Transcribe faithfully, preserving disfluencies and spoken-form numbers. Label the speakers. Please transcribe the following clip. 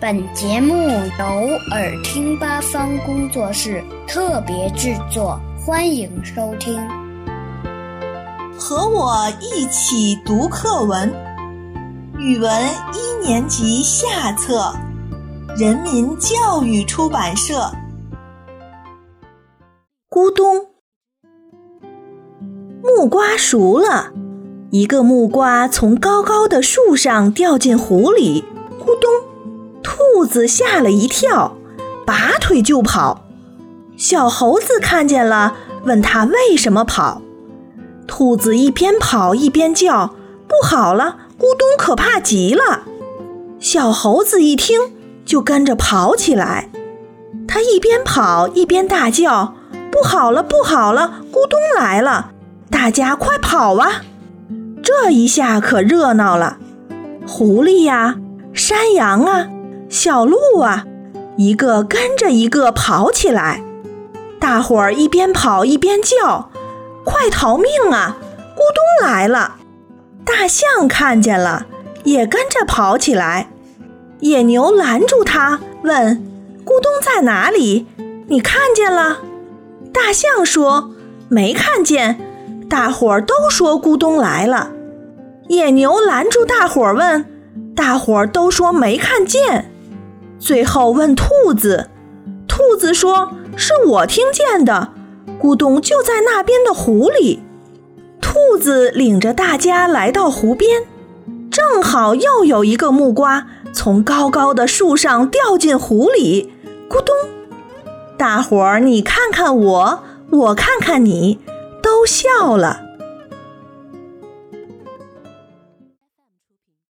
Speaker 1: 本节目由耳听八方工作室特别制作，欢迎收听。
Speaker 2: 和我一起读课文，语文一年级下册，人民教育出版社。咕咚，木瓜熟了，一个木瓜从高高的树上掉进湖里，咕咚，兔子吓了一跳，拔腿就跑。小猴子看见了，问他为什么跑。兔子一边跑一边叫，不好了，咕咚可怕极了。小猴子一听就跟着跑起来，他一边跑一边大叫，不好了不好了，咕咚来了，大家快跑啊！这一下可热闹了，狐狸呀、山羊啊、小鹿啊，一个跟着一个跑起来。大伙儿一边跑一边叫，快逃命啊，咕咚来了。大象看见了，也跟着跑起来。野牛拦住他，问，咕咚在哪里？你看见了？大象说，没看见，大伙儿都说咕咚来了。野牛拦住大伙儿问，大伙儿都说没看见。最后问兔子，兔子说，是我听见的，咕咚就在那边的湖里。兔子领着大家来到湖边，正好又有一个木瓜从高高的树上掉进湖里，咕咚。大伙儿你看看我，我看看你，都笑了。